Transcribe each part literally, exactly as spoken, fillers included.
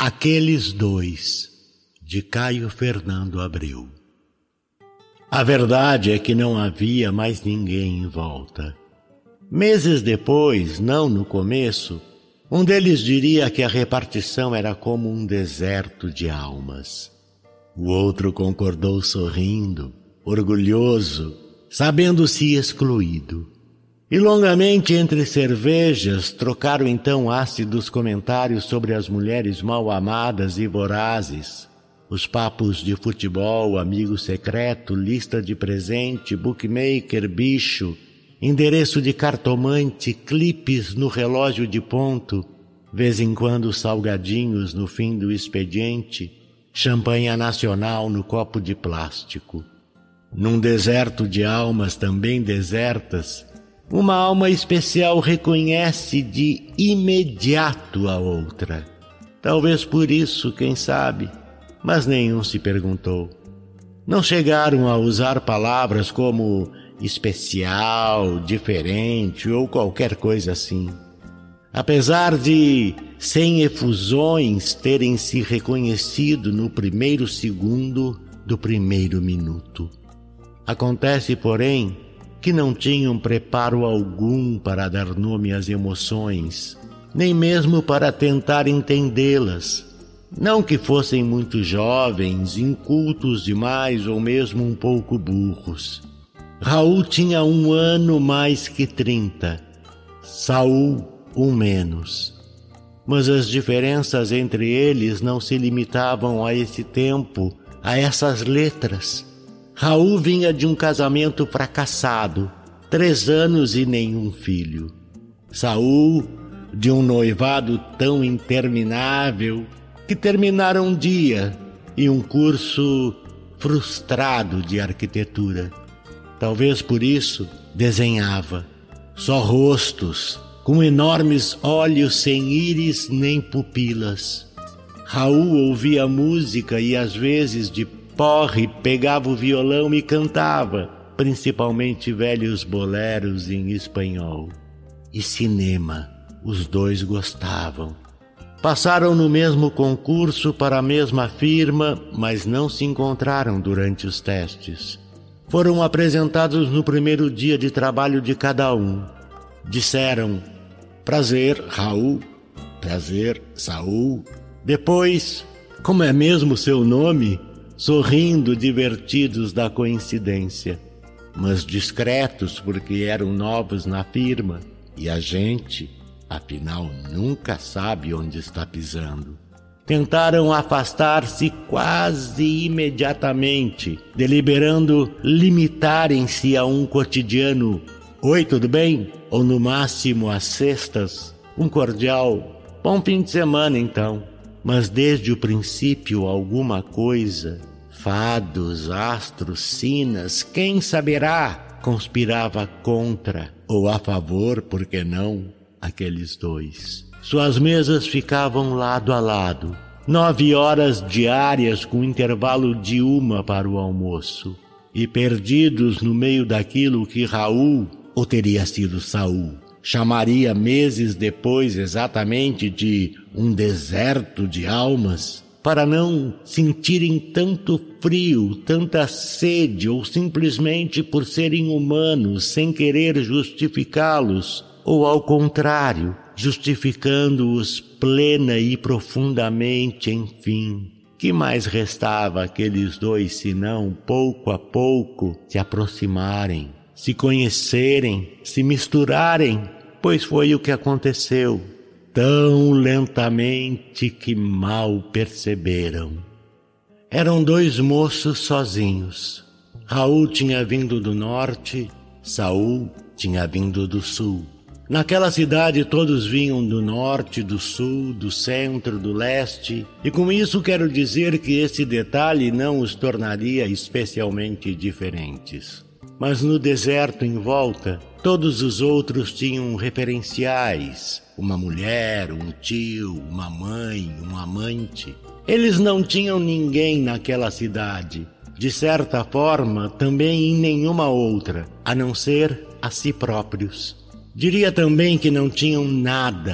Aqueles dois, de Caio Fernando Abreu. A verdade é que não havia mais ninguém em volta. Meses depois, não no começo, um deles diria que a repartição era como um deserto de almas. O outro concordou sorrindo, orgulhoso, sabendo-se excluído. E longamente entre cervejas trocaram então ácidos comentários sobre as mulheres mal amadas e vorazes, os papos de futebol, amigo secreto, lista de presente, bookmaker, bicho, endereço de cartomante, clipes no relógio de ponto, vez em quando salgadinhos no fim do expediente, champanha nacional no copo de plástico. Num deserto de almas também desertas, uma alma especial reconhece de imediato a outra. Talvez por isso, quem sabe, mas nenhum se perguntou. Não chegaram a usar palavras como especial, diferente ou qualquer coisa assim. Apesar de, sem efusões, terem se reconhecido no primeiro segundo do primeiro minuto. Acontece, porém, que não tinham preparo algum para dar nome às emoções, nem mesmo para tentar entendê-las. Não que fossem muito jovens, incultos demais ou mesmo um pouco burros. Raul tinha um ano mais que trinta, Saul um menos. Mas as diferenças entre eles não se limitavam a esse tempo, a essas letras. Raul vinha de um casamento fracassado, três anos e nenhum filho. Saul, de um noivado tão interminável que terminara um dia e um curso frustrado de arquitetura. Talvez por isso desenhava só rostos, com enormes olhos sem íris nem pupilas. Raul ouvia música e às vezes de porre pegava o violão e cantava, principalmente velhos boleros em espanhol. E cinema, os dois gostavam. Passaram no mesmo concurso para a mesma firma, mas não se encontraram durante os testes. Foram apresentados no primeiro dia de trabalho de cada um. Disseram: prazer, Raul. Prazer, Saul. Depois, como é mesmo seu nome? Sorrindo, divertidos da coincidência, mas discretos porque eram novos na firma e a gente, afinal, nunca sabe onde está pisando. Tentaram afastar-se quase imediatamente, deliberando limitarem-se a um cotidiano "Oi, tudo bem?" ou no máximo às sextas, um cordial "Bom fim de semana, então." Mas desde o princípio alguma coisa, fados, astros, sinas, quem saberá, conspirava contra ou a favor, por que não, aqueles dois. Suas mesas ficavam lado a lado, nove horas diárias com intervalo de uma para o almoço, e perdidos no meio daquilo que Raul, ou teria sido Saul, chamaria meses depois exatamente de um deserto de almas, para não sentirem tanto frio, tanta sede, ou simplesmente por serem humanos, sem querer justificá-los, ou ao contrário, justificando-os plena e profundamente, enfim. Que mais restava àqueles dois senão, pouco a pouco, se aproximarem, se conhecerem, se misturarem, pois foi o que aconteceu, tão lentamente que mal perceberam. Eram dois moços sozinhos. Raul tinha vindo do norte, Saul tinha vindo do sul. Naquela cidade todos vinham do norte, do sul, do centro, do leste, e com isso quero dizer que esse detalhe não os tornaria especialmente diferentes. Mas no deserto em volta, todos os outros tinham referenciais, uma mulher, um tio, uma mãe, um amante. Eles não tinham ninguém naquela cidade, de certa forma também em nenhuma outra, a não ser a si próprios. Diria também que não tinham nada,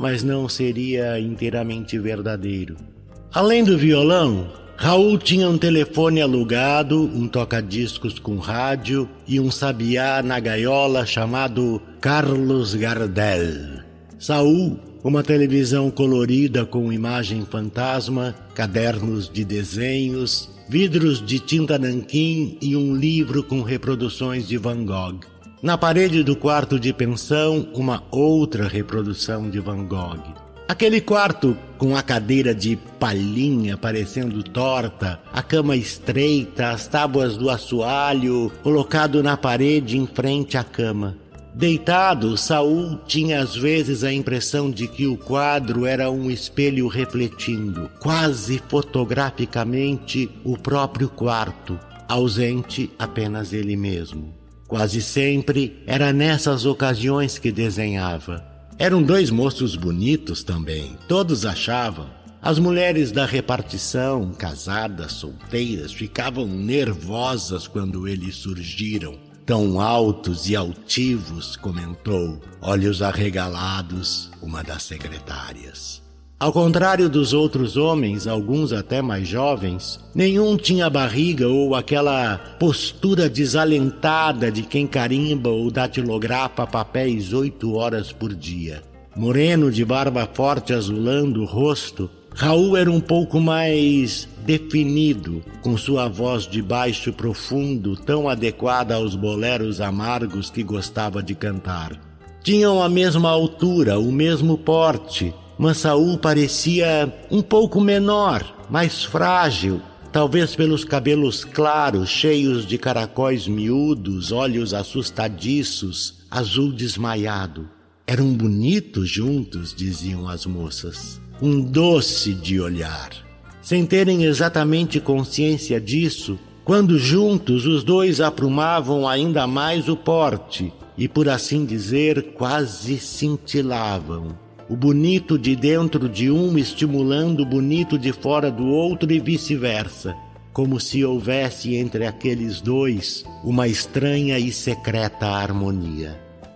mas não seria inteiramente verdadeiro. Além do violão, Raul tinha um telefone alugado, um toca-discos com rádio e um sabiá na gaiola chamado Carlos Gardel. Saul, uma televisão colorida com imagem fantasma, cadernos de desenhos, vidros de tinta nanquim e um livro com reproduções de Van Gogh. Na parede do quarto de pensão, uma outra reprodução de Van Gogh. Aquele quarto com a cadeira de palhinha parecendo torta, a cama estreita, as tábuas do assoalho colocado na parede em frente à cama. Deitado, Saul tinha às vezes a impressão de que o quadro era um espelho refletindo, quase fotograficamente, o próprio quarto, ausente apenas ele mesmo. Quase sempre era nessas ocasiões que desenhava. Eram dois moços bonitos também, todos achavam. As mulheres da repartição, casadas, solteiras, ficavam nervosas quando eles surgiram. Tão altos e altivos, comentou, olhos arregalados, uma das secretárias. Ao contrário dos outros homens, alguns até mais jovens, nenhum tinha barriga ou aquela postura desalentada de quem carimba ou datilografa papéis oito horas por dia. Moreno de barba forte azulando o rosto, Raul era um pouco mais definido, com sua voz de baixo profundo tão adequada aos boleros amargos que gostava de cantar. Tinham a mesma altura, o mesmo porte, mas Saul parecia um pouco menor, mais frágil, talvez pelos cabelos claros, cheios de caracóis miúdos, olhos assustadiços, azul desmaiado. Eram bonitos juntos, diziam as moças. Um doce de olhar. Sem terem exatamente consciência disso, quando juntos os dois aprumavam ainda mais o porte e, por assim dizer, quase cintilavam. O bonito de dentro de um estimulando o bonito de fora do outro e vice-versa, como se houvesse entre aqueles dois uma estranha e secreta harmonia.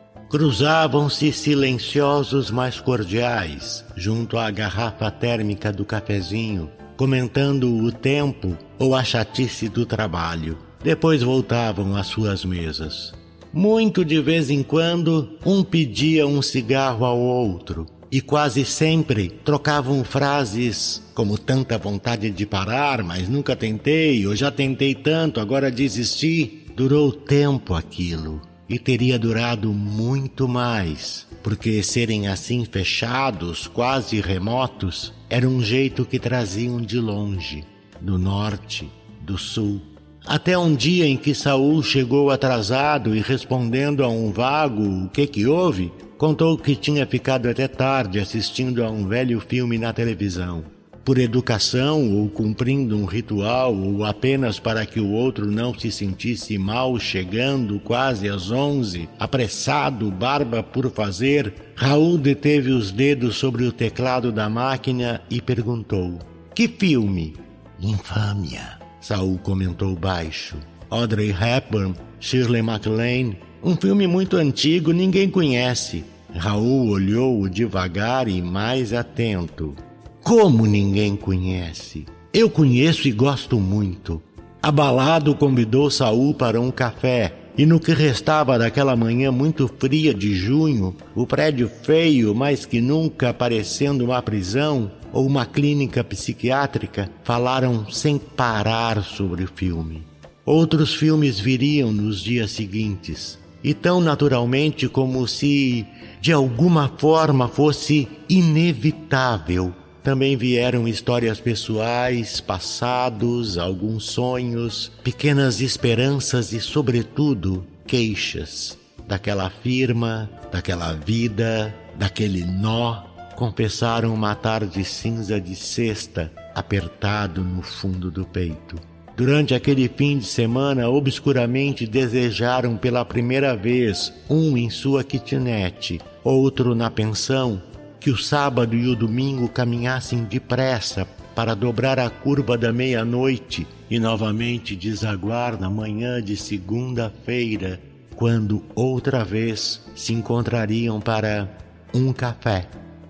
Cruzavam-se silenciosos mas cordiais, junto à garrafa térmica do cafezinho, comentando o tempo ou a chatice do trabalho. Depois voltavam às suas mesas. Muito de vez em quando, um pedia um cigarro ao outro, e quase sempre trocavam frases como tanta vontade de parar, mas nunca tentei, ou já tentei tanto, agora desisti. Durou tempo aquilo. E teria durado muito mais, porque serem assim fechados, quase remotos, era um jeito que traziam de longe, do norte, do sul. Até um dia em que Saul chegou atrasado e, respondendo a um vago o que que houve, contou que tinha ficado até tarde assistindo a um velho filme na televisão. Por educação ou cumprindo um ritual ou apenas para que o outro não se sentisse mal, chegando quase às onze, apressado, barba por fazer, Raul deteve os dedos sobre o teclado da máquina e perguntou: "Que filme?" "Infâmia", Saul comentou baixo. Audrey Hepburn, Shirley MacLaine, um filme muito antigo, ninguém conhece. Raul olhou-o devagar e mais atento. "Como ninguém conhece? Eu conheço e gosto muito." Abalado, convidou Saul para um café, e no que restava daquela manhã muito fria de junho, o prédio feio, mais que nunca parecendo uma prisão ou uma clínica psiquiátrica, falaram sem parar sobre o filme. Outros filmes viriam nos dias seguintes, e tão naturalmente como se, de alguma forma, fosse inevitável. Também vieram histórias pessoais, passados, alguns sonhos, pequenas esperanças e, sobretudo, queixas daquela firma, daquela vida, daquele nó. Confessaram uma tarde cinza de sexta, apertado no fundo do peito. Durante aquele fim de semana, obscuramente desejaram pela primeira vez, um em sua kitnet, outro na pensão, que o sábado e o domingo caminhassem depressa para dobrar a curva da meia-noite e novamente desaguar na manhã de segunda-feira, quando outra vez se encontrariam para um café.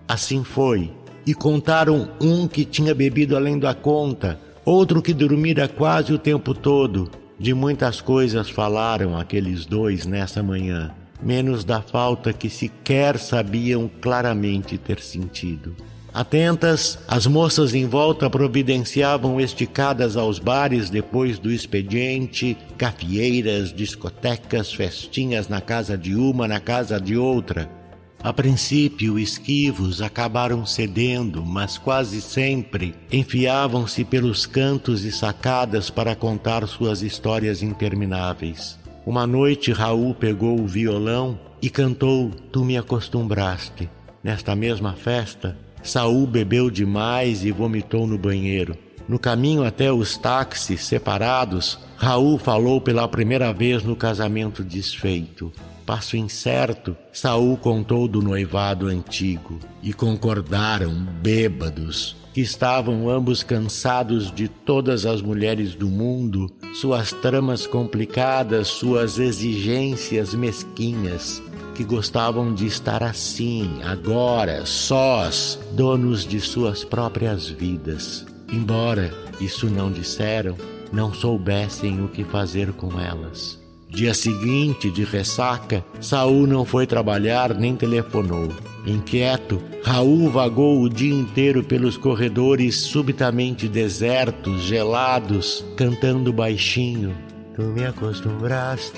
Assim foi. E contaram um que tinha bebido além da conta, outro que dormira quase o tempo todo. De muitas coisas falaram aqueles dois nessa manhã, menos da falta que sequer sabiam claramente ter sentido. Atentas, as moças em volta providenciavam esticadas aos bares depois do expediente, cafieiras, discotecas, festinhas na casa de uma, na casa de outra. A princípio, esquivos acabaram cedendo, mas quase sempre enfiavam-se pelos cantos e sacadas para contar suas histórias intermináveis. Uma noite, Raul pegou o violão e cantou Tu Me Acostumbraste. Nesta mesma festa, Saul bebeu demais e vomitou no banheiro. No caminho até os táxis separados, Raul falou pela primeira vez no casamento desfeito. Passo incerto, Saul contou do noivado antigo e concordaram, bêbados, que estavam ambos cansados de todas as mulheres do mundo, suas tramas complicadas, suas exigências mesquinhas, que gostavam de estar assim, agora, sós, donos de suas próprias vidas. Embora, isso não disseram, não soubessem o que fazer com elas. Dia seguinte, de ressaca, Saul não foi trabalhar nem telefonou. Inquieto, Raul vagou o dia inteiro pelos corredores subitamente desertos, gelados, cantando baixinho. Tu me acostumbraste.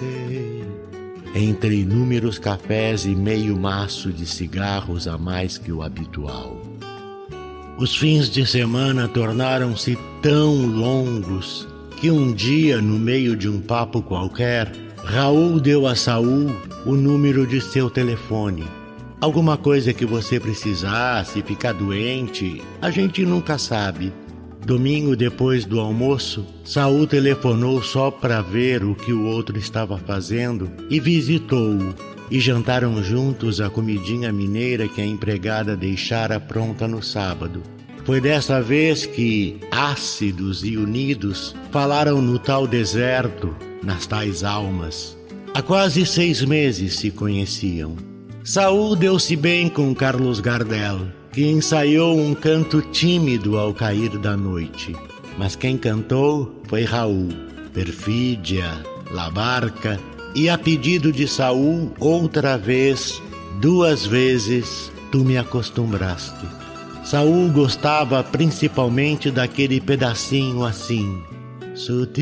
Entre inúmeros cafés e meio maço de cigarros a mais que o habitual. Os fins de semana tornaram-se tão longos que um dia, no meio de um papo qualquer, Raul deu a Saul o número de seu telefone. Alguma coisa que você precisasse, ficar doente, a gente nunca sabe. Domingo, depois do almoço, Saul telefonou só para ver o que o outro estava fazendo e visitou-o. E jantaram juntos a comidinha mineira que a empregada deixara pronta no sábado. Foi dessa vez que, ácidos e unidos, falaram no tal deserto, nas tais almas. Há quase seis meses se conheciam. Saul deu-se bem com Carlos Gardel, que ensaiou um canto tímido ao cair da noite. Mas quem cantou foi Raul, Perfídia, La Barca e, a pedido de Saul, outra vez, duas vezes, Tu Me Acostumbraste. Saul gostava principalmente daquele pedacinho assim. Sutil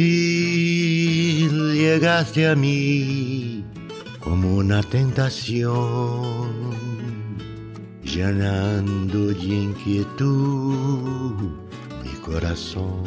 llegaste a mí como una tentación, llenando de inquietud mi coração.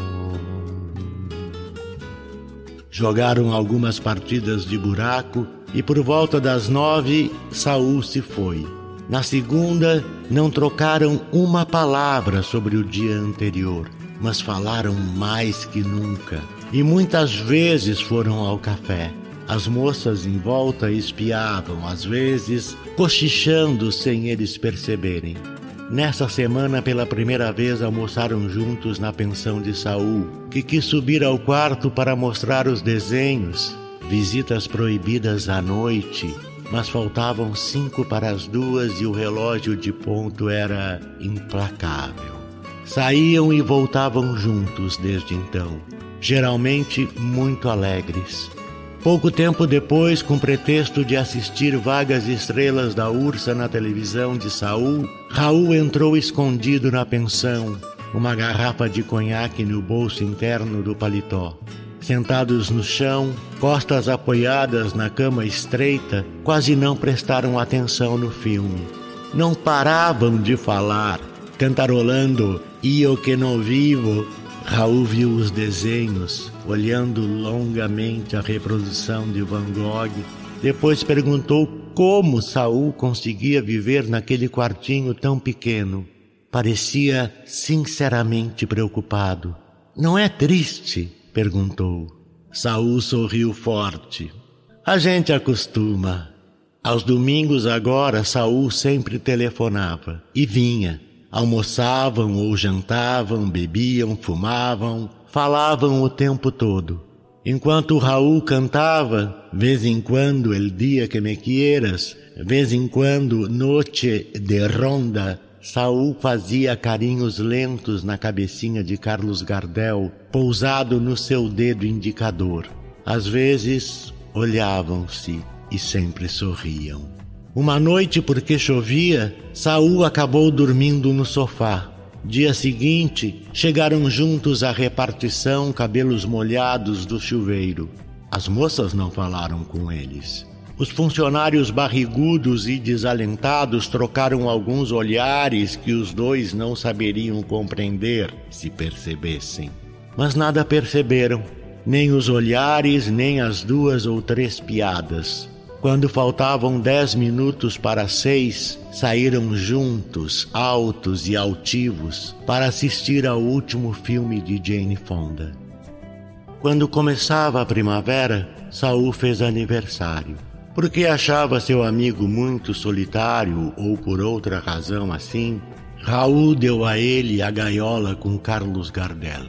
Jogaram algumas partidas de buraco e por volta das nove Saul se foi. Na segunda, não trocaram uma palavra sobre o dia anterior, mas falaram mais que nunca. E muitas vezes foram ao café. As moças em volta espiavam, às vezes cochichando sem eles perceberem. Nessa semana, pela primeira vez, almoçaram juntos na pensão de Saul, que quis subir ao quarto para mostrar os desenhos. Visitas proibidas à noite, mas faltavam cinco para as duas e o relógio de ponto era implacável. Saíam e voltavam juntos desde então, geralmente muito alegres. Pouco tempo depois, com pretexto de assistir Vagas Estrelas da Ursa na televisão de Saul, Raul entrou escondido na pensão, uma garrafa de conhaque no bolso interno do paletó. Sentados no chão, costas apoiadas na cama estreita, quase não prestaram atenção no filme. Não paravam de falar, cantarolando "Io que não vivo". Raul viu os desenhos, olhando longamente a reprodução de Van Gogh. Depois perguntou como Saul conseguia viver naquele quartinho tão pequeno. Parecia sinceramente preocupado. "Não é triste?" perguntou. Saul sorriu forte. "A gente acostuma." Aos domingos agora, Saul sempre telefonava e vinha. Almoçavam ou jantavam, bebiam, fumavam, falavam o tempo todo. Enquanto Raul cantava, vez em quando El Dia Que Me Quieras, vez em quando Noche de Ronda, Saul fazia carinhos lentos na cabecinha de Carlos Gardel, pousado no seu dedo indicador. Às vezes, olhavam-se e sempre sorriam. Uma noite, porque chovia, Saul acabou dormindo no sofá. Dia seguinte, chegaram juntos à repartição, cabelos molhados do chuveiro. As moças não falaram com eles. Os funcionários barrigudos e desalentados trocaram alguns olhares que os dois não saberiam compreender se percebessem. Mas nada perceberam, nem os olhares, nem as duas ou três piadas. Quando faltavam dez minutos para seis, saíram juntos, altos e altivos, para assistir ao último filme de Jane Fonda. Quando começava a primavera, Saul fez aniversário. Porque achava seu amigo muito solitário ou por outra razão assim, Raul deu a ele a gaiola com Carlos Gardel.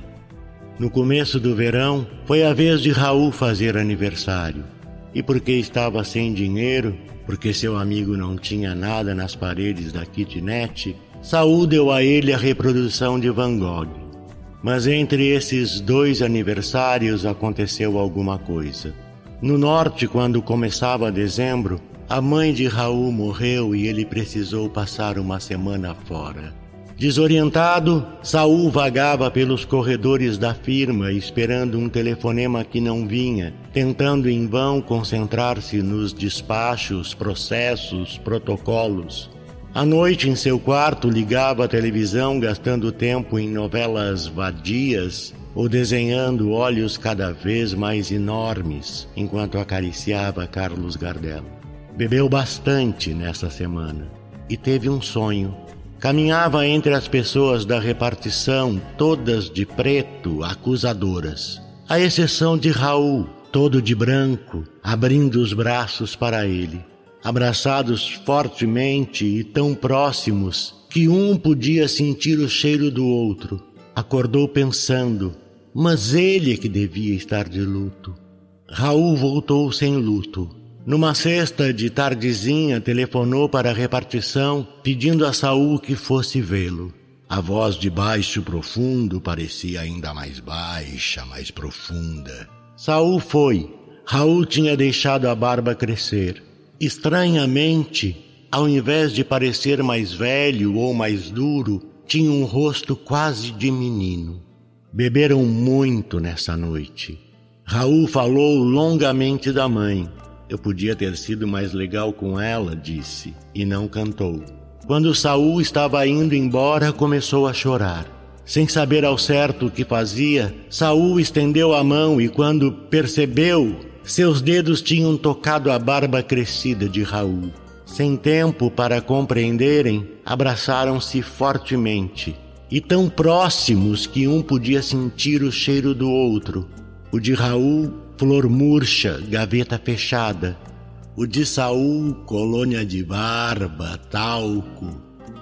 No começo do verão, foi a vez de Raul fazer aniversário. E porque estava sem dinheiro, porque seu amigo não tinha nada nas paredes da kitnet, Saul deu a ele a reprodução de Van Gogh. Mas entre esses dois aniversários aconteceu alguma coisa. No norte, quando começava dezembro, a mãe de Raul morreu e ele precisou passar uma semana fora. Desorientado, Saul vagava pelos corredores da firma esperando um telefonema que não vinha, tentando em vão concentrar-se nos despachos, processos, protocolos. À noite, em seu quarto, ligava a televisão gastando tempo em novelas vadias ou desenhando olhos cada vez mais enormes enquanto acariciava Carlos Gardel. Bebeu bastante nessa semana e teve um sonho. Caminhava entre as pessoas da repartição, todas de preto, acusadoras, à exceção de Raul, todo de branco, abrindo os braços para ele, abraçados fortemente e tão próximos que um podia sentir o cheiro do outro. Acordou pensando, mas ele é que devia estar de luto. Raul voltou sem luto. Numa sexta de tardezinha, telefonou para a repartição, pedindo a Saul que fosse vê-lo. A voz de baixo profundo parecia ainda mais baixa, mais profunda. Saul foi. Raul tinha deixado a barba crescer. Estranhamente, ao invés de parecer mais velho ou mais duro, tinha um rosto quase de menino. Beberam muito nessa noite. Raul falou longamente da mãe. Eu podia ter sido mais legal com ela, disse, e não cantou. Quando Saul estava indo embora, começou a chorar. Sem saber ao certo o que fazia, Saul estendeu a mão e quando percebeu, seus dedos tinham tocado a barba crescida de Raul. Sem tempo para compreenderem, abraçaram-se fortemente, e tão próximos que um podia sentir o cheiro do outro. O de Raul, flor murcha, gaveta fechada. O de Saul, colônia de barba, talco.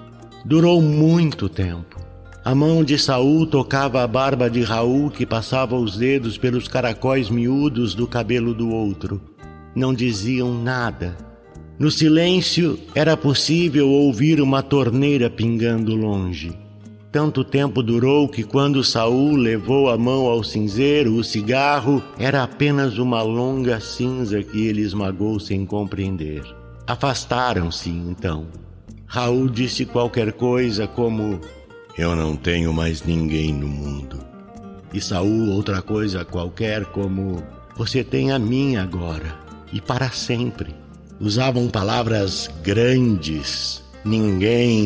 Durou muito tempo. A mão de Saul tocava a barba de Raul, que passava os dedos pelos caracóis miúdos do cabelo do outro. Não diziam nada. No silêncio, era possível ouvir uma torneira pingando longe. Tanto tempo durou que quando Saul levou a mão ao cinzeiro, o cigarro era apenas uma longa cinza que ele esmagou sem compreender. Afastaram-se, então. Raul disse qualquer coisa como: "Eu não tenho mais ninguém no mundo." E Saul outra coisa qualquer como: "Você tem a mim agora, e para sempre." Usavam palavras grandes, ninguém,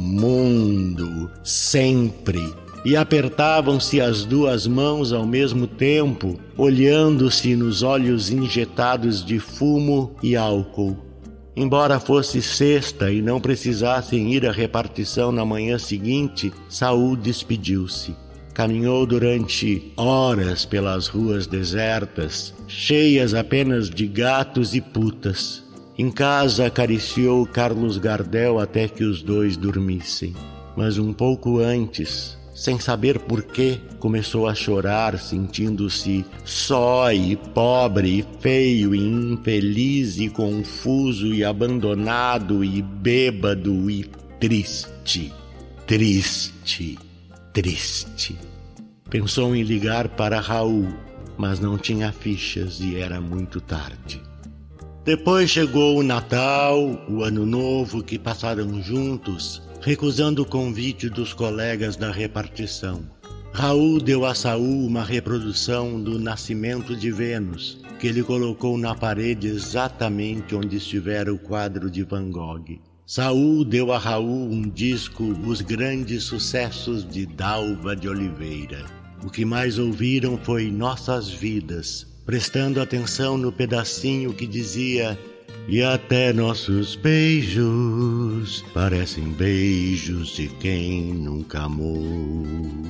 mundo, sempre, e apertavam-se as duas mãos ao mesmo tempo, olhando-se nos olhos injetados de fumo e álcool. Embora fosse sexta e não precisassem ir à repartição na manhã seguinte, Saul despediu-se. Caminhou durante horas pelas ruas desertas, cheias apenas de gatos e putas. Em casa acariciou Carlos Gardel até que os dois dormissem. Mas um pouco antes, sem saber porquê, começou a chorar, sentindo-se só e pobre e feio e infeliz e confuso e abandonado e bêbado e triste. Triste, triste. Pensou em ligar para Raul, mas não tinha fichas e era muito tarde. Depois chegou o Natal, o Ano Novo que passaram juntos, recusando o convite dos colegas da repartição. Raul deu a Saul uma reprodução do Nascimento de Vênus, que ele colocou na parede exatamente onde estivera o quadro de Van Gogh. Saul deu a Raul um disco Os Grandes Sucessos de Dalva de Oliveira. O que mais ouviram foi Nossas Vidas, prestando atenção no pedacinho que dizia: e até nossos beijos parecem beijos de quem nunca amou.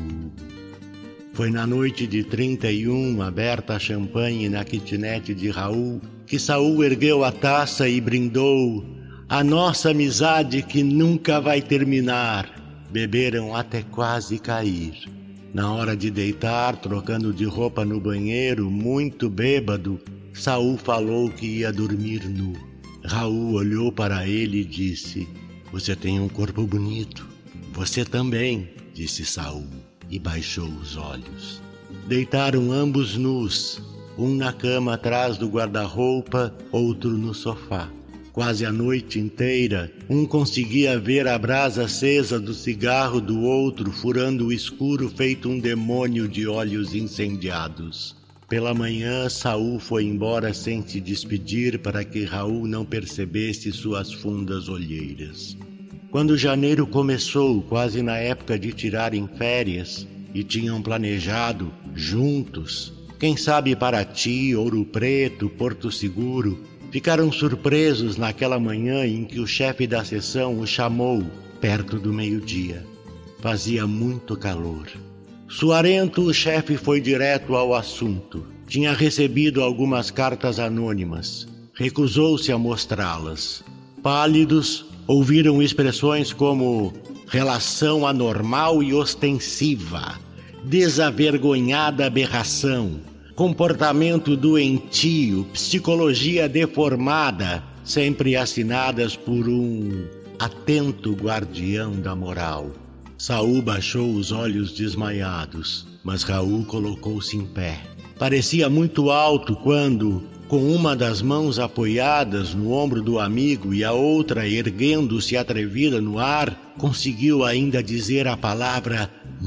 Foi na noite de trinta e um, aberta a champanhe na kitnet de Raul, que Saul ergueu a taça e brindou: a nossa amizade que nunca vai terminar. Beberam até quase cair. Na hora de deitar, trocando de roupa no banheiro, muito bêbado, Saul falou que ia dormir nu. Raul olhou para ele e disse: você tem um corpo bonito. Você também, disse Saul, e baixou os olhos. Deitaram ambos nus, um na cama atrás do guarda-roupa, outro no sofá. Quase a noite inteira, um conseguia ver a brasa acesa do cigarro do outro furando o escuro feito um demônio de olhos incendiados. Pela manhã, Saul foi embora sem se despedir para que Raul não percebesse suas fundas olheiras. Quando janeiro começou, quase na época de tirarem férias, e tinham planejado, juntos, quem sabe Paraty, Ouro Preto, Porto Seguro, ficaram surpresos naquela manhã em que o chefe da seção o chamou perto do meio-dia. Fazia muito calor. Suarento, o chefe foi direto ao assunto. Tinha recebido algumas cartas anônimas. Recusou-se a mostrá-las. Pálidos, ouviram expressões como relação anormal e ostensiva, desavergonhada aberração, comportamento doentio, psicologia deformada, sempre assinadas por um atento guardião da moral. Saul baixou os olhos desmaiados, mas Raul colocou-se em pé. Parecia muito alto quando, com uma das mãos apoiadas no ombro do amigo e a outra erguendo-se atrevida no ar, conseguiu ainda dizer a palavra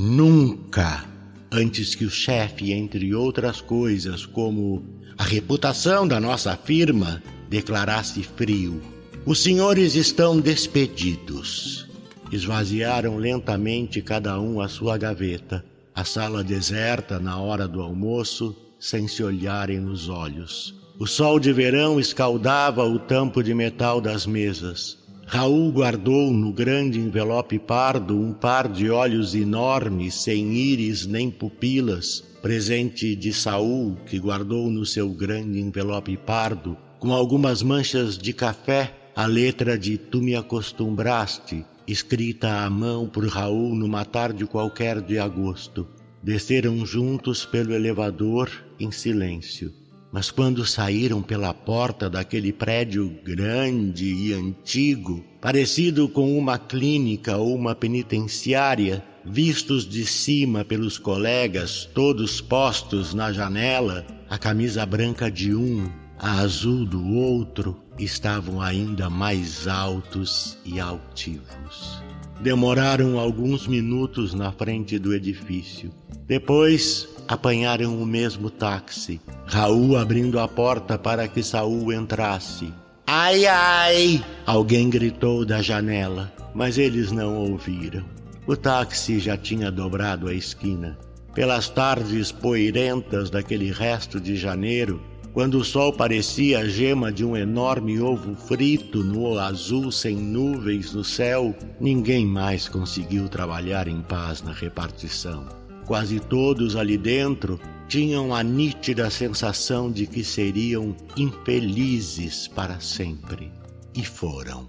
nunca, antes que o chefe, entre outras coisas, como a reputação da nossa firma, declarasse frio: os senhores estão despedidos. Esvaziaram lentamente cada um a sua gaveta, a sala deserta na hora do almoço, sem se olharem nos olhos. O sol de verão escaldava o tampo de metal das mesas. Raul guardou no grande envelope pardo um par de olhos enormes, sem íris nem pupilas, presente de Saul, que guardou no seu grande envelope pardo, com algumas manchas de café, a letra de Tu me acostumbraste, escrita à mão por Raul numa tarde qualquer de agosto. Desceram juntos pelo elevador em silêncio. Mas quando saíram pela porta daquele prédio grande e antigo, parecido com uma clínica ou uma penitenciária, vistos de cima pelos colegas, todos postos na janela, a camisa branca de um, a azul do outro, estavam ainda mais altos e altivos. Demoraram alguns minutos na frente do edifício. Depois, apanharam o mesmo táxi. Raul abrindo a porta para que Saul entrasse. Ai, ai! Alguém gritou da janela, mas eles não ouviram. O táxi já tinha dobrado a esquina. Pelas tardes poeirentas daquele resto de janeiro, quando o sol parecia a gema de um enorme ovo frito no azul sem nuvens no céu, ninguém mais conseguiu trabalhar em paz na repartição. Quase todos ali dentro tinham a nítida sensação de que seriam infelizes para sempre. E foram.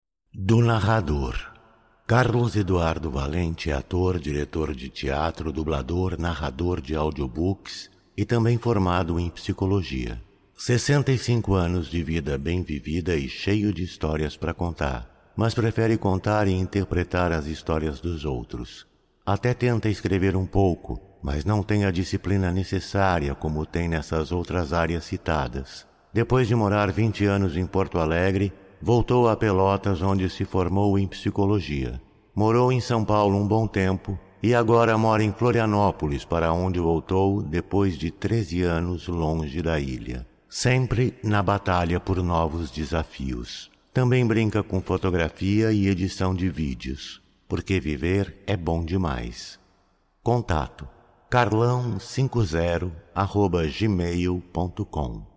Do narrador. Carlos Eduardo Valente é ator, diretor de teatro, dublador, narrador de audiobooks e também formado em psicologia. sessenta e cinco anos de vida bem vivida e cheio de histórias para contar. mas prefere contar e interpretar as histórias dos outros. Até tenta escrever um pouco, mas não tem a disciplina necessária como tem nessas outras áreas citadas. Depois de morar vinte anos em Porto Alegre, voltou a Pelotas, onde se formou em psicologia. Morou em São Paulo um bom tempo e agora mora em Florianópolis, para onde voltou depois de treze anos longe da ilha. Sempre na batalha por novos desafios. Também brinca com fotografia e edição de vídeos, porque viver é bom demais. Contato carlão cinquenta arroba gmail ponto com